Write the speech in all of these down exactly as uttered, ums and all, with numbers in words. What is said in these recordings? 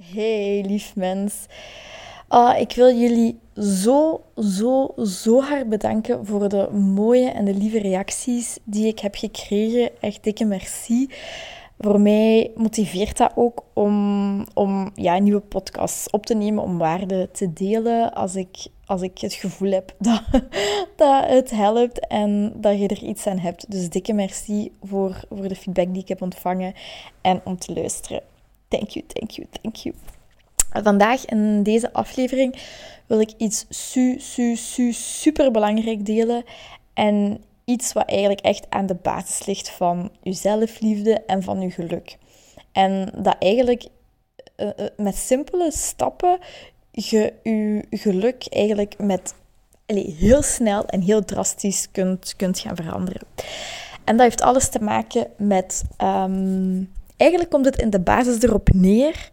Hey, lief mens. Ah, ik wil jullie zo, zo, zo hard bedanken voor de mooie en de lieve reacties die ik heb gekregen. Echt dikke merci. Voor mij motiveert dat ook om, om ja, nieuwe podcasts op te nemen, om waarde te delen als ik, als ik het gevoel heb dat, dat het helpt en dat je er iets aan hebt. Dus dikke merci voor, voor de feedback die ik heb ontvangen en om te luisteren. Thank you, thank you, thank you. Vandaag in deze aflevering wil ik iets su, su, su, super belangrijk delen. En iets wat eigenlijk echt aan de basis ligt van je zelfliefde en van je geluk. En dat eigenlijk uh, uh, met simpele stappen je je geluk eigenlijk met allez, heel snel en heel drastisch kunt, kunt gaan veranderen. En dat heeft alles te maken met... Um, eigenlijk komt het in de basis erop neer...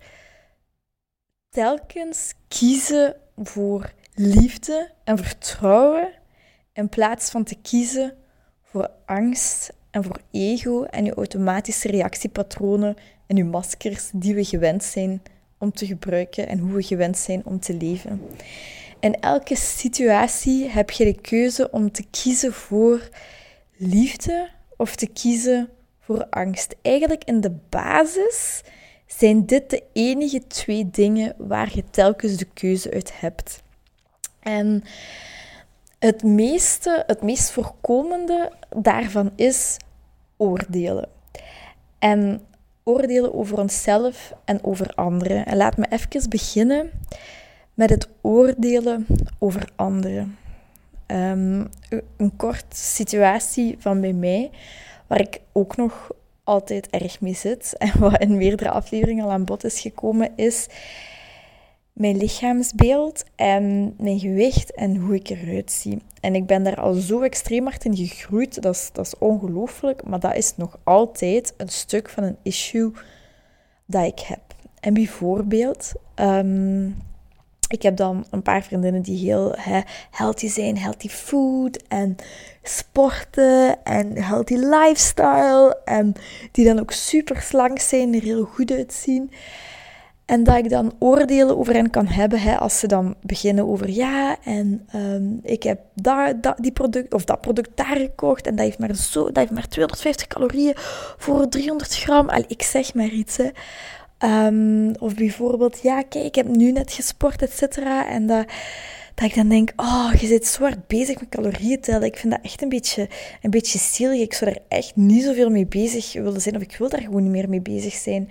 telkens kiezen voor liefde en vertrouwen in plaats van te kiezen voor angst en voor ego en je automatische reactiepatronen en je maskers die we gewend zijn om te gebruiken en hoe we gewend zijn om te leven. In elke situatie heb je de keuze om te kiezen voor liefde of te kiezen voor angst. Eigenlijk in de basis zijn dit de enige twee dingen waar je telkens de keuze uit hebt. En het meeste, het meest voorkomende daarvan is oordelen. En oordelen over onszelf en over anderen. En laat me even beginnen met het oordelen over anderen. Um, een korte situatie van bij mij, waar ik ook nog altijd erg mee zit en wat in meerdere afleveringen al aan bod is gekomen, is mijn lichaamsbeeld en mijn gewicht en hoe ik eruit zie. En ik ben daar al zo extreem hard in gegroeid, dat is, dat is ongelooflijk, maar dat is nog altijd een stuk van een issue dat ik heb. En bijvoorbeeld... Um, Ik heb dan een paar vriendinnen die heel he, healthy zijn, healthy food en sporten en healthy lifestyle. En die dan ook super slank zijn, er heel goed uitzien. En dat ik dan oordelen over hen kan hebben, hè, als ze dan beginnen over ja, en um, ik heb daar, dat, die product, of dat product daar gekocht en dat heeft maar, zo, dat heeft maar tweehonderdvijftig calorieën voor driehonderd gram. Allee, ik zeg maar iets, hè. Um, of bijvoorbeeld, ja, kijk, ik heb nu net gesport, et cetera. En dat, dat ik dan denk, oh, je bent zo hard bezig met calorieën tellen. Ik vind dat echt een beetje, een beetje zielig. Ik zou daar echt niet zoveel mee bezig willen zijn. Of ik wil daar gewoon niet meer mee bezig zijn.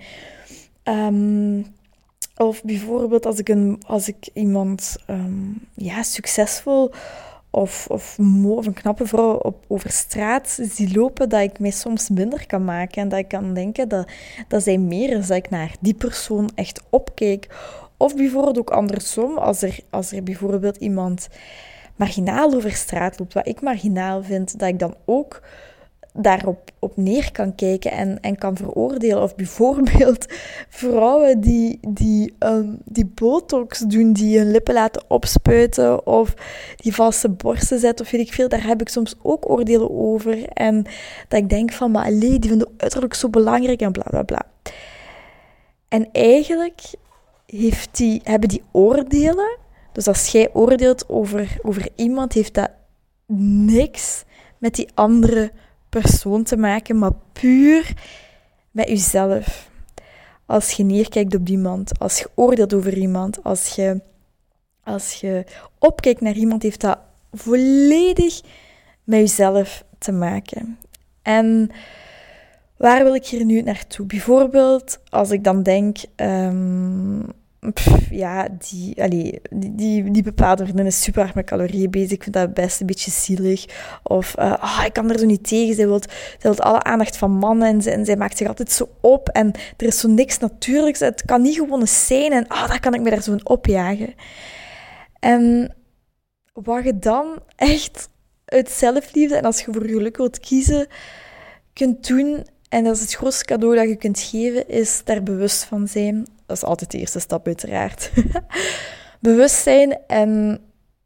Um, of bijvoorbeeld als ik, een, als ik iemand um, ja, succesvol... Of, of, of een knappe vrouw op, over straat zie lopen, dat ik mij soms minder kan maken. En dat ik kan denken dat, dat zij meer is, dat ik naar die persoon echt opkijk. Of bijvoorbeeld ook andersom, als er, als er bijvoorbeeld iemand marginaal over straat loopt, wat ik marginaal vind, dat ik dan ook daarop op neer kan kijken en, en kan veroordelen. Of bijvoorbeeld vrouwen die, die, um, die botox doen, die hun lippen laten opspuiten of die valse borsten zetten of weet ik veel. Daar heb ik soms ook oordelen over. En dat ik denk van, maar allee, die vinden uiterlijk zo belangrijk en bla bla bla. En eigenlijk heeft die, hebben die oordelen, dus als jij oordeelt over, over iemand, heeft dat niks met die andere persoon te maken, maar puur met jezelf. Als je neerkijkt op iemand, als je oordeelt over iemand, als je, als je opkijkt naar iemand, heeft dat volledig met jezelf te maken. En waar wil ik hier nu naartoe? Bijvoorbeeld, als ik dan denk... Um, Pff, ja, die, allee, die, die, die bepaalde vriendin is super hard met calorieën bezig. Ik vind dat best een beetje zielig. Of, uh, oh, ik kan er zo niet tegen. Zij wil, zij wil alle aandacht van mannen en zij, en zij maakt zich altijd zo op. En er is zo niks natuurlijks. Het kan niet gewoon eens zijn. En oh, dan kan ik me daar zo in opjagen. En wat je dan echt uit zelfliefde en als je voor je geluk wilt kiezen, kunt doen... En dat is het grootste cadeau dat je kunt geven, is daar bewust van zijn. Dat is altijd de eerste stap, uiteraard. Bewust zijn en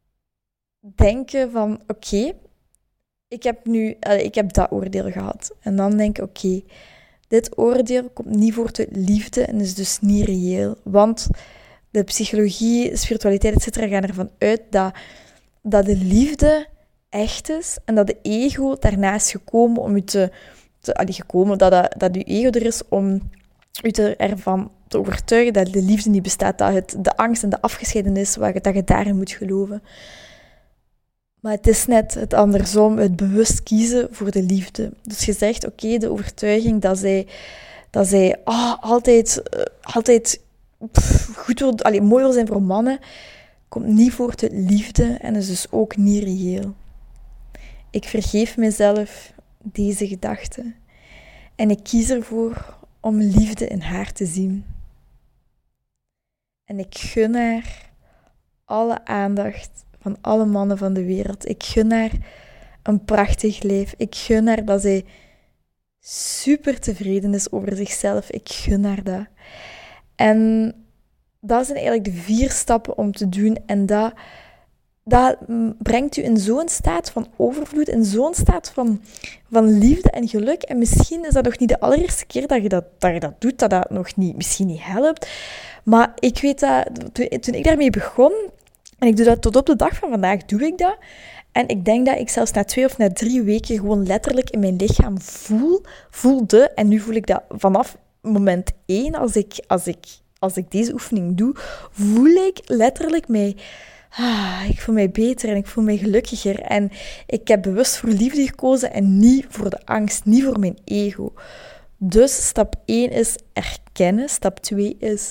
denken van, oké, okay, ik heb nu, uh, ik heb dat oordeel gehad. En dan denk ik, oké, okay, Dit oordeel komt niet voort uit liefde en is dus niet reëel. Want de psychologie, spiritualiteit, et cetera gaan ervan uit dat, dat de liefde echt is en dat de ego daarna is gekomen om u te... te allee, gekomen, dat, dat, dat uw ego er is om u te, ervan te overtuigen dat de liefde niet bestaat, dat het de angst en de afgescheidenis, dat je daarin moet geloven. Maar het is net het andersom, het bewust kiezen voor de liefde. Dus je zegt, oké, okay, de overtuiging dat zij, dat zij oh, altijd, uh, altijd pff, goed wil, allee, mooi wil zijn voor mannen, komt niet voort uit liefde en is dus ook niet reëel. Ik vergeef mezelf deze gedachte en ik kies ervoor om liefde in haar te zien. En ik gun haar alle aandacht van alle mannen van de wereld. Ik gun haar een prachtig leven. Ik gun haar dat zij super tevreden is over zichzelf. Ik gun haar dat. En dat zijn eigenlijk de vier stappen om te doen. En dat, dat brengt u in zo'n staat van overvloed, in zo'n staat van, van liefde en geluk. En misschien is dat nog niet de allereerste keer dat je dat, dat, je dat doet, dat dat nog niet, misschien niet helpt. Maar ik weet dat, toen, toen ik daarmee begon, en ik doe dat tot op de dag van vandaag, doe ik dat. En ik denk dat ik zelfs na twee of na drie weken gewoon letterlijk in mijn lichaam voel, voelde. En nu voel ik dat vanaf moment één, als ik, als ik, als ik deze oefening doe, voel ik letterlijk mij... Ah, ik voel mij beter en ik voel mij gelukkiger. En ik heb bewust voor liefde gekozen en niet voor de angst, niet voor mijn ego. Dus stap één is erkennen. Stap twee is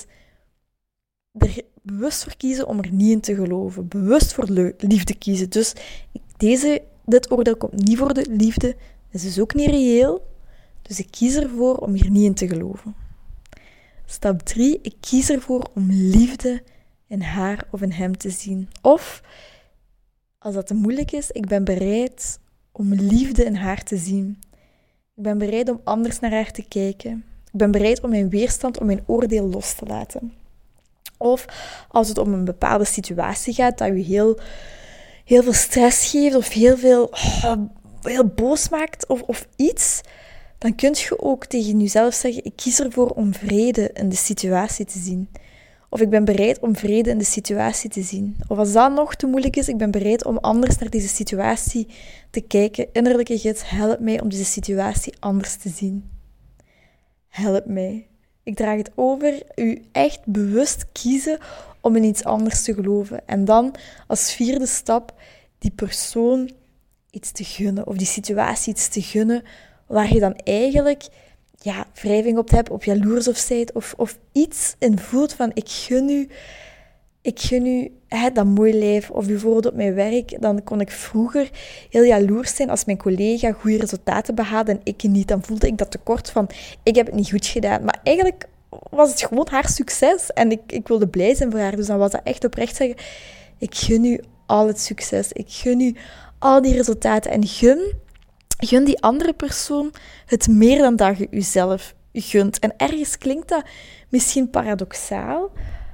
er bewust voor kiezen om er niet in te geloven. Bewust voor liefde kiezen. Dus deze, dit oordeel komt niet voor de liefde. Het is dus ook niet reëel. Dus ik kies ervoor om hier niet in te geloven. Stap drie. Ik kies ervoor om liefde in haar of in hem te zien. Of, als dat te moeilijk is, ik ben bereid om liefde in haar te zien. Ik ben bereid om anders naar haar te kijken. Ik ben bereid om mijn weerstand, om mijn oordeel los te laten. Of als het om een bepaalde situatie gaat, dat u heel, heel veel stress geeft of heel veel oh, heel boos maakt of, of iets, dan kun je ook tegen jezelf zeggen, ik kies ervoor om vrede in de situatie te zien. Of ik ben bereid om vrede in de situatie te zien. Of als dat nog te moeilijk is, ik ben bereid om anders naar deze situatie te kijken. Innerlijke gids, help mij om deze situatie anders te zien. Help mij. Ik draag het over, u echt bewust kiezen om in iets anders te geloven. En dan als vierde stap, die persoon iets te gunnen. Of die situatie iets te gunnen, waar je dan eigenlijk... ja, wrijving op hebt, op jaloers of zijt, of, of iets in voelt van, ik gun u, ik gun u hè, dat mooi lijf. Of bijvoorbeeld op mijn werk, dan kon ik vroeger heel jaloers zijn als mijn collega goede resultaten behaalde en ik niet. Dan voelde ik dat tekort van, ik heb het niet goed gedaan. Maar eigenlijk was het gewoon haar succes en ik, ik wilde blij zijn voor haar. Dus dan was dat echt oprecht zeggen, ik gun u al het succes, ik gun u al die resultaten en gun... Gun die andere persoon het meer dan dat je jezelf gunt. En ergens klinkt dat misschien paradoxaal,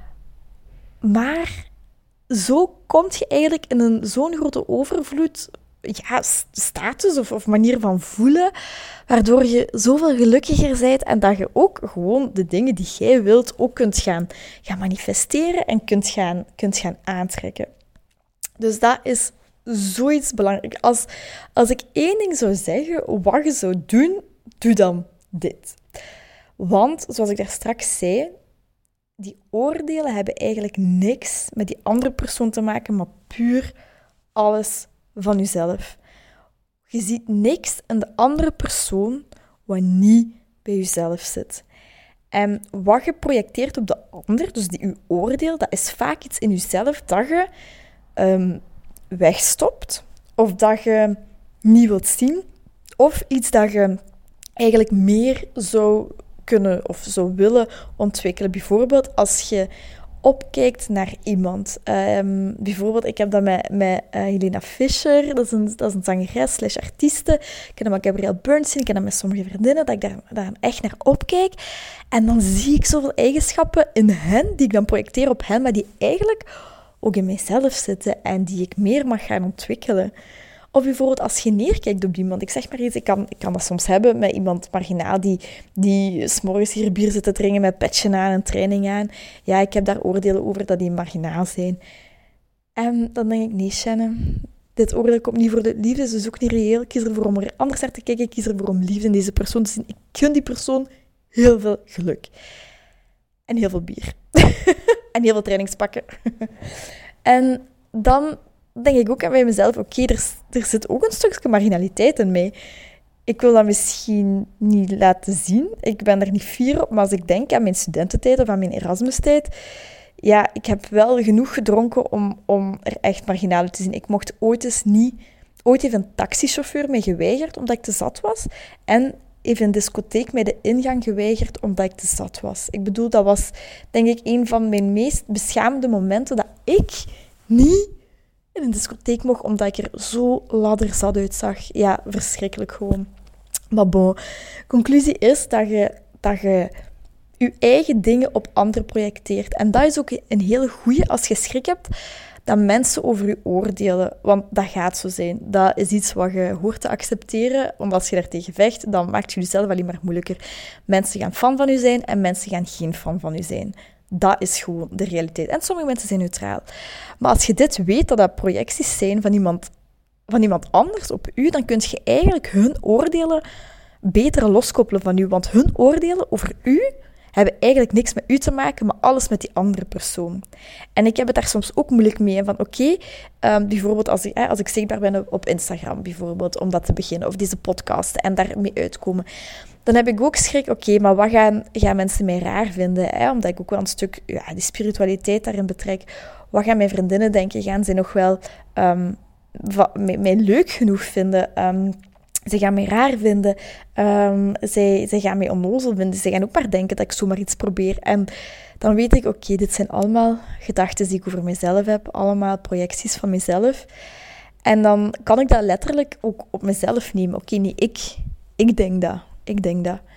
maar zo kom je eigenlijk in een zo'n grote overvloed, ja, status of, of manier van voelen, waardoor je zoveel gelukkiger bent en dat je ook gewoon de dingen die jij wilt ook kunt gaan, gaan manifesteren en kunt gaan, kunt gaan aantrekken. Dus dat is zoiets belangrijk. Als, als ik één ding zou zeggen, wat je zou doen, doe dan dit. Want, zoals ik daar straks zei, die oordelen hebben eigenlijk niks met die andere persoon te maken, maar puur alles van jezelf. Je ziet niks in de andere persoon wat niet bij jezelf zit. En wat je projecteert op de ander, dus die je oordeel, dat is vaak iets in jezelf dat je... Um, wegstopt, of dat je niet wilt zien, of iets dat je eigenlijk meer zou kunnen of zou willen ontwikkelen. Bijvoorbeeld als je opkijkt naar iemand. Um, bijvoorbeeld, ik heb dat met, met uh, Helena Fischer, dat is een, dat is een zangeres slash artieste. Ik ken dat met Gabrielle Bernstein, ik ken dat met sommige vriendinnen, dat ik daar, daar echt naar opkijk. En dan zie ik zoveel eigenschappen in hen, die ik dan projecteer op hen, maar die eigenlijk ook in mijzelf zitten en die ik meer mag gaan ontwikkelen. Of bijvoorbeeld als je neerkijkt op iemand. Ik zeg maar iets, ik kan, ik kan dat soms hebben met iemand marginaal die, die 's morgens hier bier zit te drinken met petje aan en training aan. Ja, ik heb daar oordelen over dat die marginaal zijn. En dan denk ik, nee, Shannon, dit oordeel komt niet voor de liefde, is dus ook niet reëel. Ik kies ervoor om er anders naar te kijken. Ik kies ervoor om liefde in deze persoon te zien. Ik gun die persoon heel veel geluk. En heel veel bier. En heel veel trainingspakken. En dan denk ik ook aan bij mezelf, oké, okay, er, er zit ook een stukje marginaliteit in mij. Ik wil dat misschien niet laten zien. Ik ben er niet fier op, maar als ik denk aan mijn studententijd of aan mijn Erasmus-tijd, ja, ik heb wel genoeg gedronken om, om er echt marginaal uit te zien. Ik mocht ooit eens niet... Ooit heeft een taxichauffeur mij geweigerd omdat ik te zat was. En heeft een discotheek mij de ingang geweigerd omdat ik te zat was. Ik bedoel, dat was denk ik een van mijn meest beschaamde momenten dat ik niet in een discotheek mocht omdat ik er zo ladderzat uitzag. Ja, verschrikkelijk gewoon. Maar bon, conclusie is dat je... Dat je je eigen dingen op anderen projecteert. En dat is ook een hele goeie als je schrik hebt dat mensen over je oordelen. Want dat gaat zo zijn. Dat is iets wat je hoort te accepteren. Want als je daartegen vecht, dan maakt je jezelf alleen maar moeilijker. Mensen gaan fan van je zijn en mensen gaan geen fan van je zijn. Dat is gewoon de realiteit. En sommige mensen zijn neutraal. Maar als je dit weet, dat dat projecties zijn van iemand, van iemand anders op u, dan kun je eigenlijk hun oordelen beter loskoppelen van u. Want hun oordelen over u hebben eigenlijk niks met u te maken, maar alles met die andere persoon. En ik heb het daar soms ook moeilijk mee. Van oké, okay, um, bijvoorbeeld als ik, eh, als ik zichtbaar ben op Instagram, bijvoorbeeld, om dat te beginnen, of deze podcast, en daarmee uitkomen, dan heb ik ook schrik, oké, okay, maar wat gaan, gaan mensen mij raar vinden? Hè? Omdat ik ook wel een stuk ja, die spiritualiteit daarin betrek. Wat gaan mijn vriendinnen denken? Gaan ze nog wel um, wat, mij, mij leuk genoeg vinden? Um, Ze gaan mij raar vinden. Um, zij, zij gaan mij onnozel vinden. Ze gaan ook maar denken dat ik zomaar iets probeer. En dan weet ik, oké, okay, dit zijn allemaal gedachten die ik over mezelf heb. Allemaal projecties van mezelf. En dan kan ik dat letterlijk ook op mezelf nemen. Oké, okay, nee, ik, ik denk dat. Ik denk dat.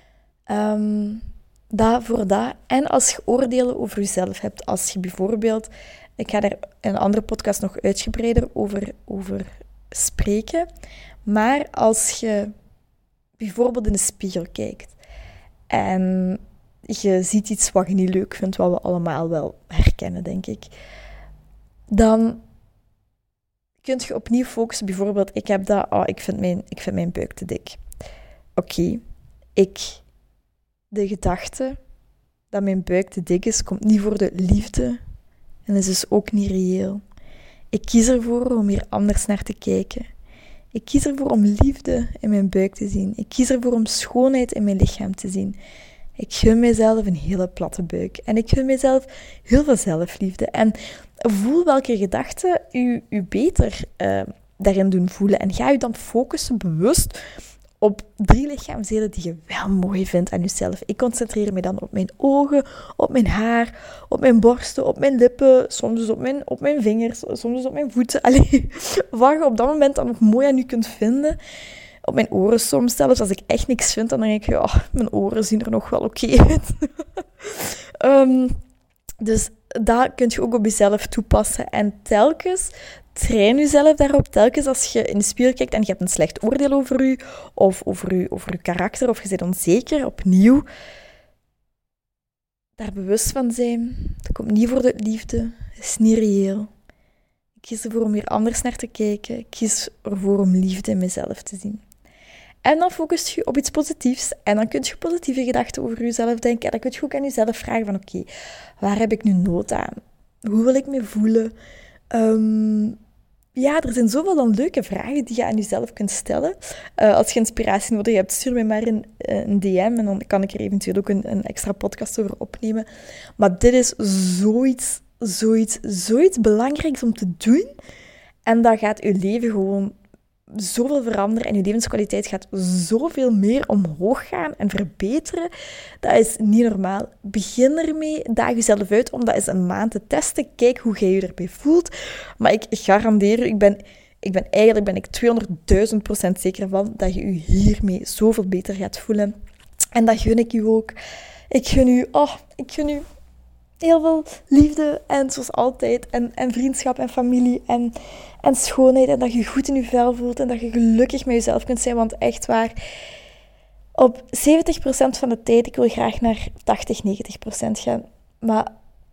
Um, dat voor dat. En als je oordelen over jezelf hebt. Als je bijvoorbeeld... Ik ga daar in een andere podcast nog uitgebreider over, over spreken... Maar als je bijvoorbeeld in de spiegel kijkt en je ziet iets wat je niet leuk vindt, wat we allemaal wel herkennen, denk ik, dan kun je opnieuw focussen. Bijvoorbeeld, ik heb dat, oh, ik vind mijn, ik vind mijn buik te dik. Oké, okay, ik, de gedachte dat mijn buik te dik is, komt niet voor de liefde en is dus ook niet reëel. Ik kies ervoor om hier anders naar te kijken. Ik kies ervoor om liefde in mijn buik te zien. Ik kies ervoor om schoonheid in mijn lichaam te zien. Ik gun mezelf een hele platte buik. En ik gun mezelf heel veel zelfliefde. En voel welke gedachten u, u beter uh, daarin doen voelen. En ga je dan focussen bewust op drie lichaamsdelen die je wel mooi vindt aan jezelf. Ik concentreer me dan op mijn ogen, op mijn haar, op mijn borsten, op mijn lippen, soms dus op mijn, op mijn vingers, soms dus op mijn voeten. Allee, wat je op dat moment dan nog mooi aan je kunt vinden. Op mijn oren soms, zelfs als ik echt niks vind, dan denk ik, ja, mijn oren zien er nog wel oké okay uit. um, dus dat kun je ook op jezelf toepassen. En telkens train jezelf daarop. Telkens als je in de spiegel kijkt en je hebt een slecht oordeel over je, of over je, over je karakter, of je bent onzeker, opnieuw, daar bewust van zijn. Dat komt niet voor de liefde. Dat is niet reëel. Ik kies ervoor om hier anders naar te kijken. Ik kies ervoor om liefde in mezelf te zien. En dan focus je op iets positiefs. En dan kun je positieve gedachten over jezelf denken. En dan kun je ook aan jezelf vragen van oké, okay, waar heb ik nu nood aan? Hoe wil ik me voelen? Um, ja, er zijn zoveel dan leuke vragen die je aan jezelf kunt stellen. Uh, als je inspiratie nodig hebt, stuur me maar een, een D M. En dan kan ik er eventueel ook een, een extra podcast over opnemen. Maar dit is zoiets, zoiets, zoiets belangrijks om te doen. En dat gaat je leven gewoon zoveel veranderen en je levenskwaliteit gaat zoveel meer omhoog gaan en verbeteren. Dat is niet normaal. Begin ermee, daag jezelf uit om dat eens een maand te testen. Kijk hoe jij je erbij voelt. Maar ik garandeer je, ik ben, ik ben eigenlijk ben ik tweehonderdduizend procent zeker van dat je je hiermee zoveel beter gaat voelen. En dat gun ik u ook. Ik gun u, oh, ik gun u heel veel liefde en zoals altijd. En, en vriendschap en familie en, en schoonheid. En dat je goed in je vel voelt en dat je gelukkig met jezelf kunt zijn. Want echt waar, op zeventig procent van de tijd, ik wil graag naar tachtig, negentig procent gaan. Maar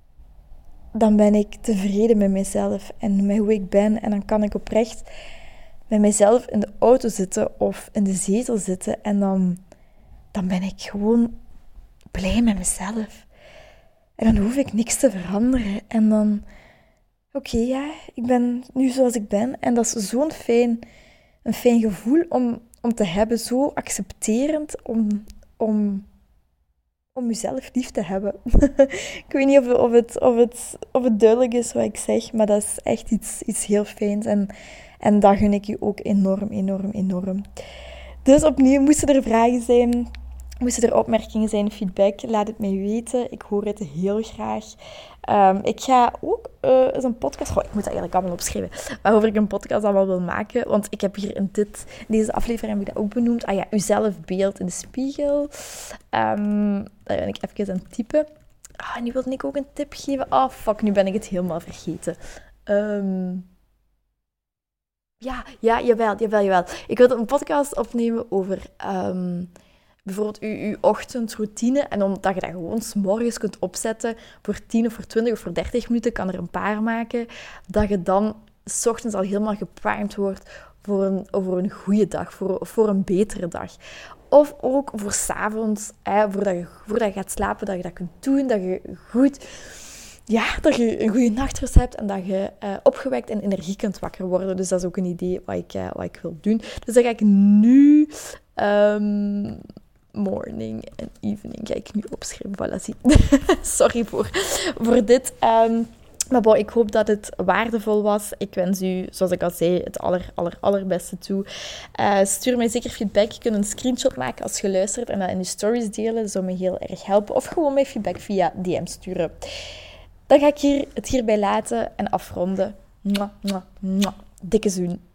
dan ben ik tevreden met mezelf en met hoe ik ben. En dan kan ik oprecht met mezelf in de auto zitten of in de zetel zitten. En dan, dan ben ik gewoon blij met mezelf. En dan hoef ik niks te veranderen. En dan, oké, okay, ja, ik ben nu zoals ik ben. En dat is zo'n fijn, een fijn gevoel om, om te hebben. Zo accepterend om, om, om jezelf lief te hebben. Ik weet niet of, of, het, of, het, of het duidelijk is wat ik zeg, maar dat is echt iets, iets heel fijns. En, en dat gun ik je ook enorm, enorm, enorm. Dus opnieuw, moesten er vragen zijn, moesten er opmerkingen zijn, feedback, laat het mij weten. Ik hoor het heel graag. Um, ik ga ook uh, eens een podcast... Goh, ik moet dat eigenlijk allemaal opschrijven. Waarover ik een podcast allemaal wil maken. Want ik heb hier in, dit, in deze aflevering heb ik dat ook benoemd. Ah ja, uw zelfbeeld in de spiegel. Um, daar ben ik even aan het typen. Ah, nu wilde ik ook een tip geven. Ah, oh, fuck, nu ben ik het helemaal vergeten. Um, ja, ja, jawel, jawel, jawel. Ik wilde een podcast opnemen over... Um, bijvoorbeeld je, je ochtendroutine. En omdat je dat gewoon 's morgens kunt opzetten voor tien of voor twintig of voor dertig minuten, kan er een paar maken, dat je dan 's ochtends al helemaal geprimed wordt voor een, voor een goede dag, voor, voor een betere dag. Of ook voor 's avonds, hè, voordat, je, voordat je gaat slapen, dat je dat kunt doen, dat je goed... Ja, dat je een goede nachtrust hebt en dat je uh, opgewekt en energie kunt wakker worden. Dus dat is ook een idee wat ik, uh, wat ik wil doen. Dus dat ga ik nu... Um, morning en evening ga ik nu opschrijven. Voilà, zie. Sorry voor, voor dit. Um, maar bon, ik hoop dat het waardevol was. Ik wens u, zoals ik al zei, het aller, aller, allerbeste toe. Uh, stuur mij zeker feedback. Je kunt een screenshot maken als je luistert en dat in je stories delen. Dat zou me heel erg helpen. Of gewoon mij feedback via D M sturen. Dan ga ik hier, het hierbij laten en afronden. Mwah, mwah, mwah. Dikke zoen.